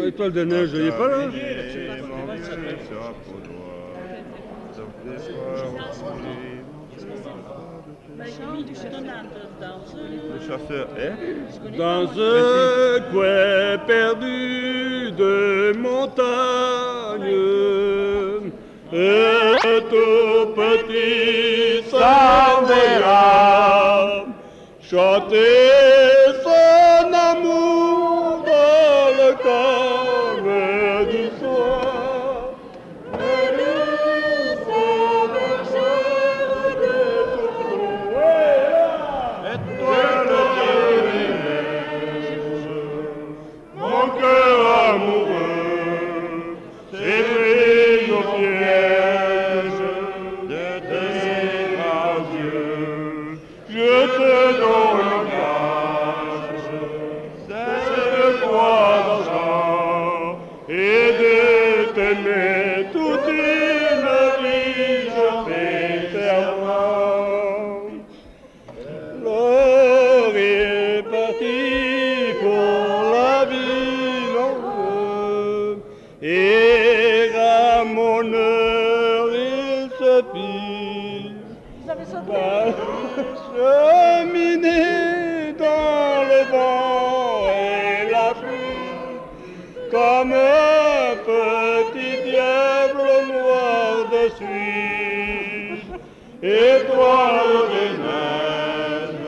Étoile de neige, il est pas là? Le chasseur est dans un coin perdu de montagne, un tout petit savoyard chantait son amour dans le calme du soir. Et le sauveur de mon cœur amoureux s'est pris au piège de tes yeux. Je te donne grâce, cette foi d'argent et de t'aimer toute une vie, je fais serment. L'or est parti pour la vie longue, et à mon heure il se fit cheminer dans le vent et la pluie, comme un petit diable noir de Suisse, étoile des neiges,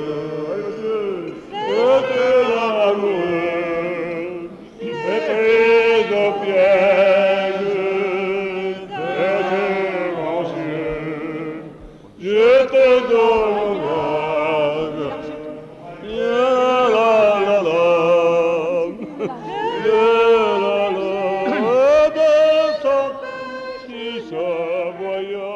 de l'amour, est prise au piège de tes grands yeux. Je te donne grâce, la la la la, de son petit Savoyard.